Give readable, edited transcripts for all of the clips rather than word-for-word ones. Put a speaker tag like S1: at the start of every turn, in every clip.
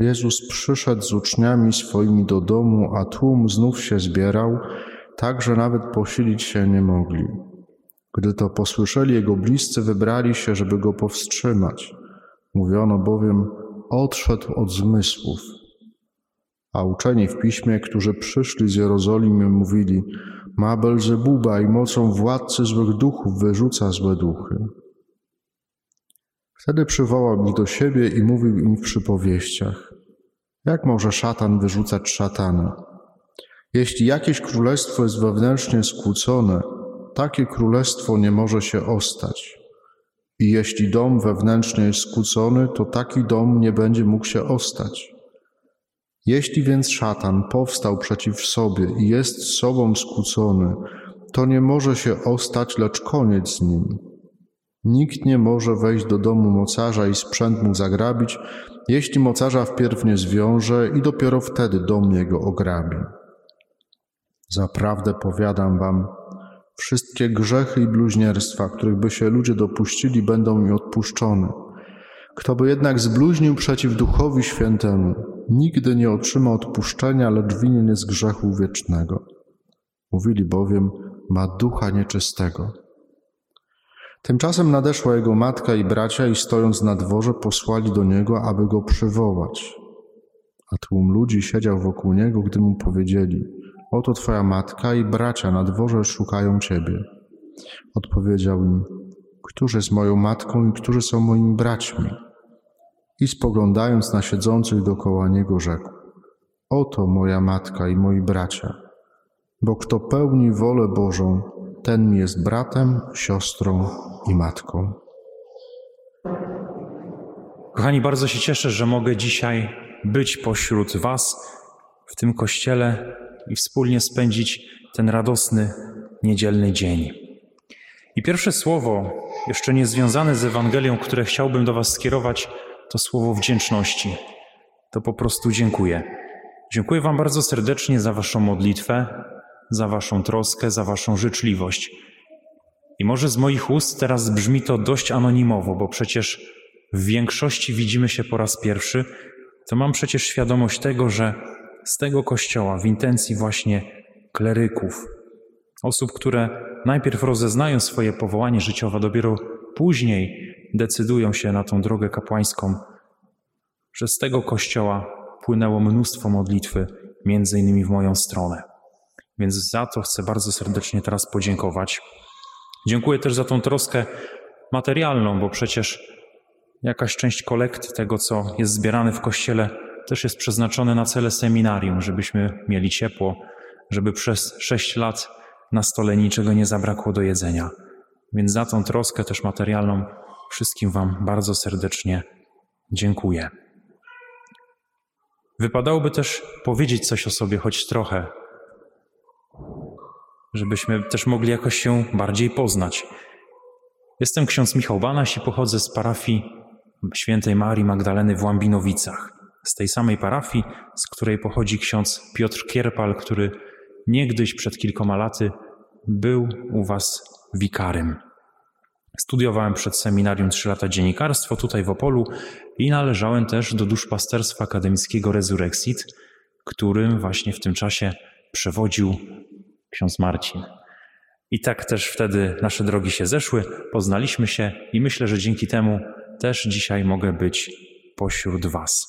S1: Jezus przyszedł z uczniami swoimi do domu, a tłum znów się zbierał, tak że nawet posilić się nie mogli. Gdy to posłyszeli, jego bliscy wybrali się, żeby go powstrzymać. Mówiono bowiem, odszedł od zmysłów. A uczeni w piśmie, którzy przyszli z Jerozolimy, mówili, ma Belzebuba i mocą władcy złych duchów wyrzuca złe duchy. Wtedy przywołał ich do siebie i mówił im w przypowieściach. Jak może szatan wyrzucać szatana? Jeśli jakieś królestwo jest wewnętrznie skłócone, takie królestwo nie może się ostać. I jeśli dom wewnętrznie jest skłócony, to taki dom nie będzie mógł się ostać. Jeśli więc szatan powstał przeciw sobie i jest z sobą skłócony, to nie może się ostać, lecz koniec z nim. Nikt nie może wejść do domu mocarza i sprzęt mu zagrabić, jeśli mocarza wpierw nie zwiąże i dopiero wtedy dom jego ograbi. Zaprawdę powiadam wam, wszystkie grzechy i bluźnierstwa, których by się ludzie dopuścili, będą mi odpuszczone. Kto by jednak zbluźnił przeciw Duchowi Świętemu, nigdy nie otrzyma odpuszczenia, lecz winien jest grzechu wiecznego. Mówili bowiem, ma ducha nieczystego. Tymczasem nadeszła jego matka i bracia i stojąc na dworze posłali do niego, aby go przywołać. A tłum ludzi siedział wokół niego, gdy mu powiedzieli, oto twoja matka i bracia na dworze szukają ciebie. Odpowiedział im, którzy jest moją matką i którzy są moimi braćmi? I spoglądając na siedzących dokoła niego rzekł, oto moja matka i moi bracia, bo kto pełni wolę Bożą, ten mi jest bratem, siostrą i matką.
S2: Kochani, bardzo się cieszę, że mogę dzisiaj być pośród was w tym kościele i wspólnie spędzić ten radosny, niedzielny dzień. I pierwsze słowo, jeszcze nie związane z Ewangelią, które chciałbym do was skierować, to słowo wdzięczności. To po prostu dziękuję. Dziękuję wam bardzo serdecznie za waszą modlitwę, za waszą troskę, za waszą życzliwość. I może z moich ust teraz brzmi to dość anonimowo, bo przecież w większości widzimy się po raz pierwszy, to mam przecież świadomość tego, że z tego kościoła, w intencji właśnie kleryków, osób, które najpierw rozeznają swoje powołanie życiowe, dopiero później decydują się na tą drogę kapłańską, że z tego kościoła płynęło mnóstwo modlitwy, między innymi w moją stronę. Więc za to chcę bardzo serdecznie teraz podziękować. Dziękuję też za tą troskę materialną, bo przecież jakaś część kolekty tego, co jest zbierane w kościele, też jest przeznaczone na cele seminarium, żebyśmy mieli ciepło, żeby przez 6 lat na stole niczego nie zabrakło do jedzenia. Więc za tą troskę też materialną wszystkim wam bardzo serdecznie dziękuję. Wypadałoby też powiedzieć coś o sobie, choć trochę, żebyśmy też mogli jakoś się bardziej poznać. Jestem ksiądz Michał Banaś i pochodzę z parafii Świętej Marii Magdaleny w Łambinowicach. Z tej samej parafii, z której pochodzi ksiądz Piotr Kierpal, który niegdyś przed kilkoma laty był u was wikarym. Studiowałem przed seminarium 3 lata dziennikarstwo tutaj w Opolu i należałem też do duszpasterstwa akademickiego Resurrexit, którym właśnie w tym czasie przewodził ksiądz Marcin. I tak też wtedy nasze drogi się zeszły, poznaliśmy się i myślę, że dzięki temu też dzisiaj mogę być pośród was.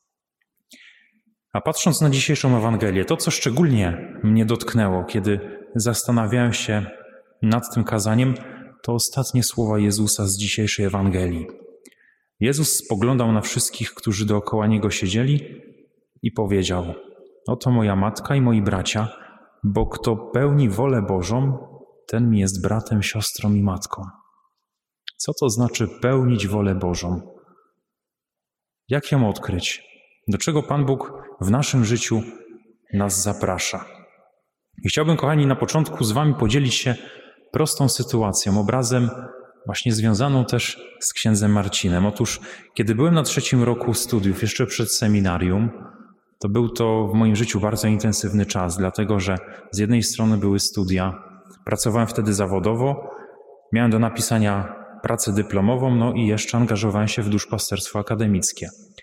S2: A patrząc na dzisiejszą Ewangelię, to co szczególnie mnie dotknęło, kiedy zastanawiałem się nad tym kazaniem, to ostatnie słowa Jezusa z dzisiejszej Ewangelii. Jezus spoglądał na wszystkich, którzy dookoła Niego siedzieli i powiedział, oto moja matka i moi bracia, bo kto pełni wolę Bożą, ten mi jest bratem, siostrą i matką. Co to znaczy pełnić wolę Bożą? Jak ją odkryć? Do czego Pan Bóg w naszym życiu nas zaprasza? I chciałbym, kochani, na początku z wami podzielić się prostą sytuacją, obrazem właśnie związaną też z księdzem Marcinem. Otóż, kiedy byłem na 3. roku studiów, jeszcze przed seminarium, to był to w moim życiu bardzo intensywny czas, dlatego że z jednej strony były studia, pracowałem wtedy zawodowo, miałem do napisania pracę dyplomową, no i jeszcze angażowałem się w duszpasterstwo akademickie.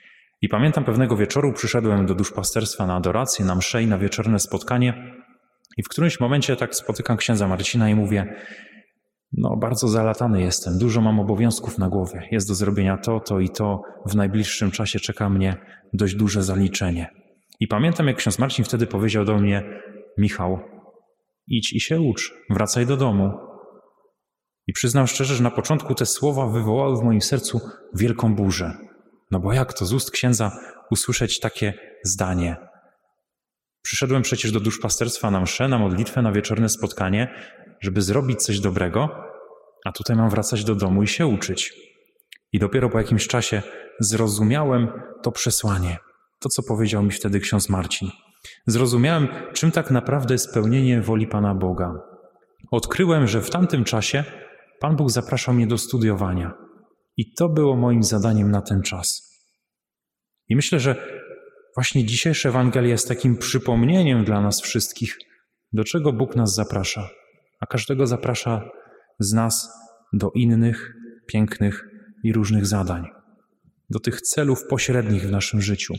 S2: I pamiętam pewnego wieczoru przyszedłem do duszpasterstwa na adorację, na mszę i na wieczorne spotkanie i w którymś momencie tak spotykam księdza Marcina i mówię: no bardzo zalatany jestem, dużo mam obowiązków na głowie, jest do zrobienia to i to, w najbliższym czasie czeka mnie dość duże zaliczenie. I pamiętam, jak ksiądz Marcin wtedy powiedział do mnie: Michał, idź i się ucz, wracaj do domu. I przyznam szczerze, że na początku te słowa wywołały w moim sercu wielką burzę. No bo jak to z ust księdza usłyszeć takie zdanie? Przyszedłem przecież do duszpasterstwa na mszę, na modlitwę, na wieczorne spotkanie, żeby zrobić coś dobrego, a tutaj mam wracać do domu i się uczyć. I dopiero po jakimś czasie zrozumiałem to przesłanie, to co powiedział mi wtedy ksiądz Marcin. Zrozumiałem, czym tak naprawdę jest spełnienie woli Pana Boga. Odkryłem, że w tamtym czasie Pan Bóg zapraszał mnie do studiowania. I to było moim zadaniem na ten czas. I myślę, że właśnie dzisiejsza Ewangelia jest takim przypomnieniem dla nas wszystkich, do czego Bóg nas zaprasza. A każdego zaprasza z nas do innych, pięknych i różnych zadań. Do tych celów pośrednich w naszym życiu.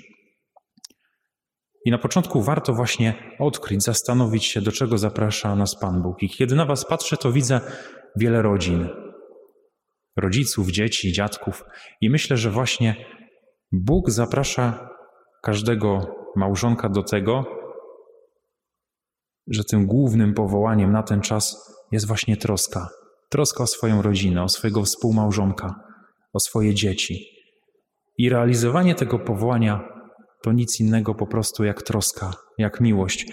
S2: I na początku warto właśnie odkryć, zastanowić się, do czego zaprasza nas Pan Bóg. I kiedy na was patrzę, to widzę wiele rodzin. Rodziców, dzieci, dziadków. I myślę, że właśnie Bóg zaprasza każdego małżonka do tego, że tym głównym powołaniem na ten czas jest właśnie troska. Troska o swoją rodzinę, o swojego współmałżonka, o swoje dzieci. I realizowanie tego powołania to nic innego po prostu jak troska, jak miłość,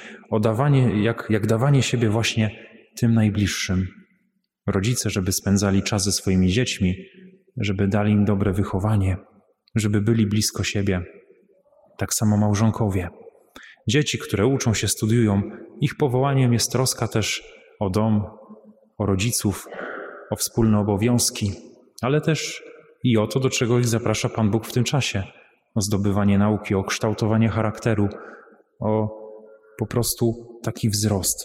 S2: jak dawanie siebie właśnie tym najbliższym. Rodzice, żeby spędzali czas ze swoimi dziećmi, żeby dali im dobre wychowanie, żeby byli blisko siebie. Tak samo małżonkowie. Dzieci, które uczą się, studiują, ich powołaniem jest troska też o dom, o rodziców, o wspólne obowiązki, ale też i o to, do czego ich zaprasza Pan Bóg w tym czasie. O zdobywanie nauki, o kształtowanie charakteru, o po prostu taki wzrost.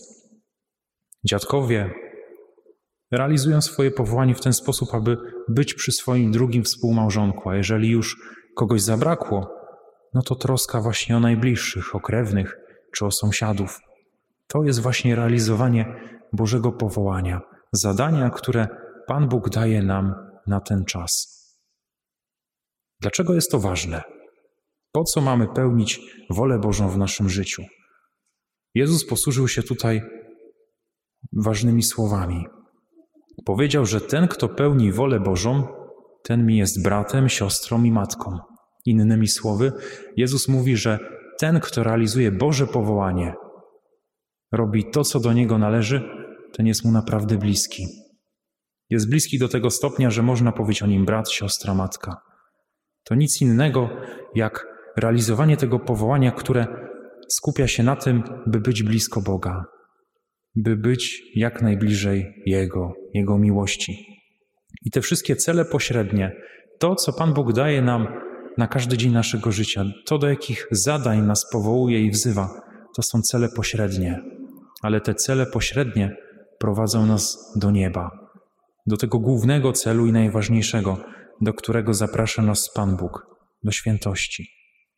S2: Dziadkowie realizują swoje powołanie w ten sposób, aby być przy swoim drugim współmałżonku, a jeżeli już kogoś zabrakło, no to troska właśnie o najbliższych, o krewnych czy o sąsiadów. To jest właśnie realizowanie Bożego powołania, zadania, które Pan Bóg daje nam na ten czas. Dlaczego jest to ważne? Po co mamy pełnić wolę Bożą w naszym życiu? Jezus posłużył się tutaj ważnymi słowami. Powiedział, że ten, kto pełni wolę Bożą, ten mi jest bratem, siostrą i matką. Innymi słowy, Jezus mówi, że ten, kto realizuje Boże powołanie, robi to, co do niego należy, ten jest mu naprawdę bliski. Jest bliski do tego stopnia, że można powiedzieć o nim brat, siostra, matka. To nic innego jak realizowanie tego powołania, które skupia się na tym, by być blisko Boga, by być jak najbliżej Jego miłości. I te wszystkie cele pośrednie, to, co Pan Bóg daje nam na każdy dzień naszego życia, to, do jakich zadań nas powołuje i wzywa, to są cele pośrednie. Ale te cele pośrednie prowadzą nas do nieba, do tego głównego celu i najważniejszego, do którego zaprasza nas Pan Bóg, do świętości.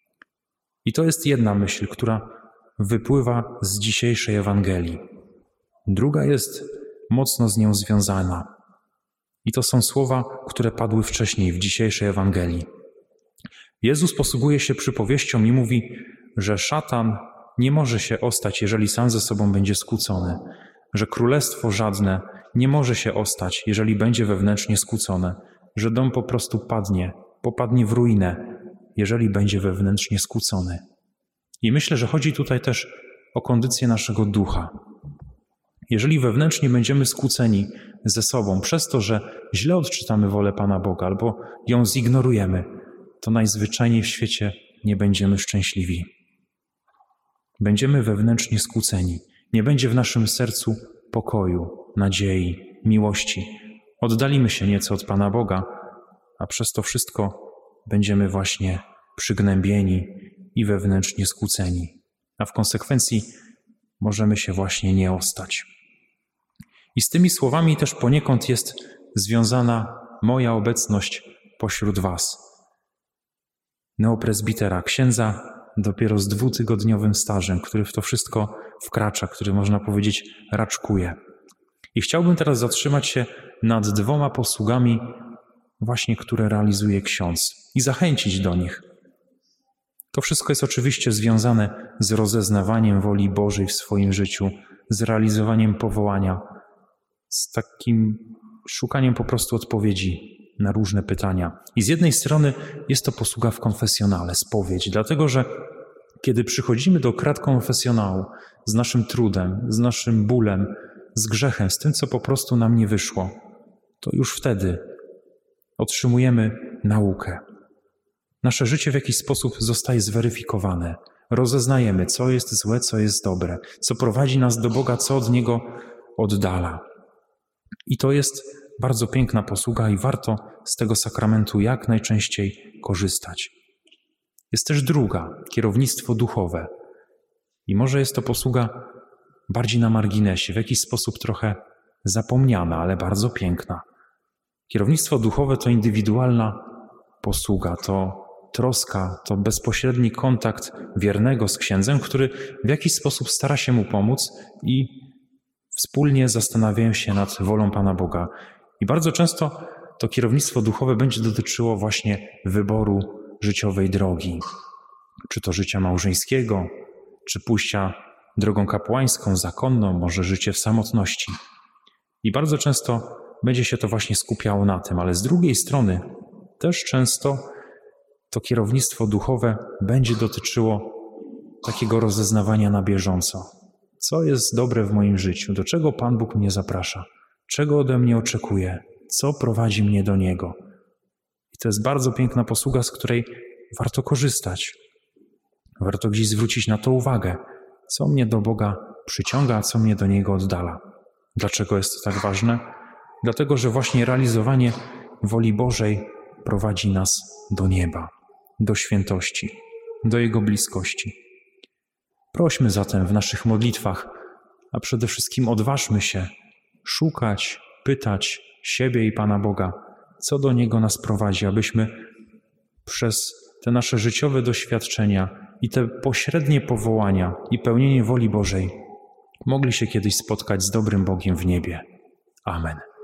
S2: I to jest jedna myśl, która wypływa z dzisiejszej Ewangelii. Druga jest mocno z nią związana. I to są słowa, które padły wcześniej w dzisiejszej Ewangelii. Jezus posługuje się przypowieścią i mówi, że szatan nie może się ostać, jeżeli sam ze sobą będzie skłócony, że królestwo żadne nie może się ostać, jeżeli będzie wewnętrznie skłócone, że dom po prostu popadnie w ruinę, jeżeli będzie wewnętrznie skłócony. I myślę, że chodzi tutaj też o kondycję naszego ducha. Jeżeli wewnętrznie będziemy skłóceni ze sobą przez to, że źle odczytamy wolę Pana Boga albo ją zignorujemy, to najzwyczajniej w świecie nie będziemy szczęśliwi. Będziemy wewnętrznie skłóceni. Nie będzie w naszym sercu pokoju, nadziei, miłości. Oddalimy się nieco od Pana Boga, a przez to wszystko będziemy właśnie przygnębieni i wewnętrznie skłóceni. A w konsekwencji możemy się właśnie nie ostać. I z tymi słowami też poniekąd jest związana moja obecność pośród was. neoprezbitera, księdza dopiero z 2-tygodniowym stażem, który w to wszystko wkracza, który można powiedzieć raczkuje. I chciałbym teraz zatrzymać się nad 2 posługami właśnie, które realizuje ksiądz i zachęcić do nich. To wszystko jest oczywiście związane z rozeznawaniem woli Bożej w swoim życiu, z realizowaniem powołania, z takim szukaniem po prostu odpowiedzi na różne pytania. I z jednej strony jest to posługa w konfesjonale, spowiedź, dlatego że kiedy przychodzimy do krat konfesjonału z naszym trudem, z naszym bólem, z grzechem, z tym, co po prostu nam nie wyszło, to już wtedy otrzymujemy naukę. Nasze życie w jakiś sposób zostaje zweryfikowane. Rozeznajemy, co jest złe, co jest dobre, co prowadzi nas do Boga, co od Niego oddala. I to jest bardzo piękna posługa i warto z tego sakramentu jak najczęściej korzystać. Jest też druga, kierownictwo duchowe. I może jest to posługa bardziej na marginesie, w jakiś sposób trochę zapomniana, ale bardzo piękna. Kierownictwo duchowe to indywidualna posługa, to troska, to bezpośredni kontakt wiernego z księdzem, który w jakiś sposób stara się mu pomóc i wspólnie zastanawiają się nad wolą Pana Boga. I bardzo często to kierownictwo duchowe będzie dotyczyło właśnie wyboru życiowej drogi. Czy to życia małżeńskiego, czy pójścia drogą kapłańską, zakonną, może życie w samotności. I bardzo często będzie się to właśnie skupiało na tym, ale z drugiej strony też często to kierownictwo duchowe będzie dotyczyło takiego rozeznawania na bieżąco. Co jest dobre w moim życiu? Do czego Pan Bóg mnie zaprasza? Czego ode mnie oczekuje? Co prowadzi mnie do Niego? I to jest bardzo piękna posługa, z której warto korzystać. Warto gdzieś zwrócić na to uwagę. Co mnie do Boga przyciąga, a co mnie do Niego oddala. Dlaczego jest to tak ważne? Dlatego, że właśnie realizowanie woli Bożej prowadzi nas do nieba, do świętości, do Jego bliskości. Prośmy zatem w naszych modlitwach, a przede wszystkim odważmy się szukać, pytać siebie i Pana Boga, co do Niego nas prowadzi, abyśmy przez te nasze życiowe doświadczenia i te pośrednie powołania i pełnienie woli Bożej mogli się kiedyś spotkać z dobrym Bogiem w niebie. Amen.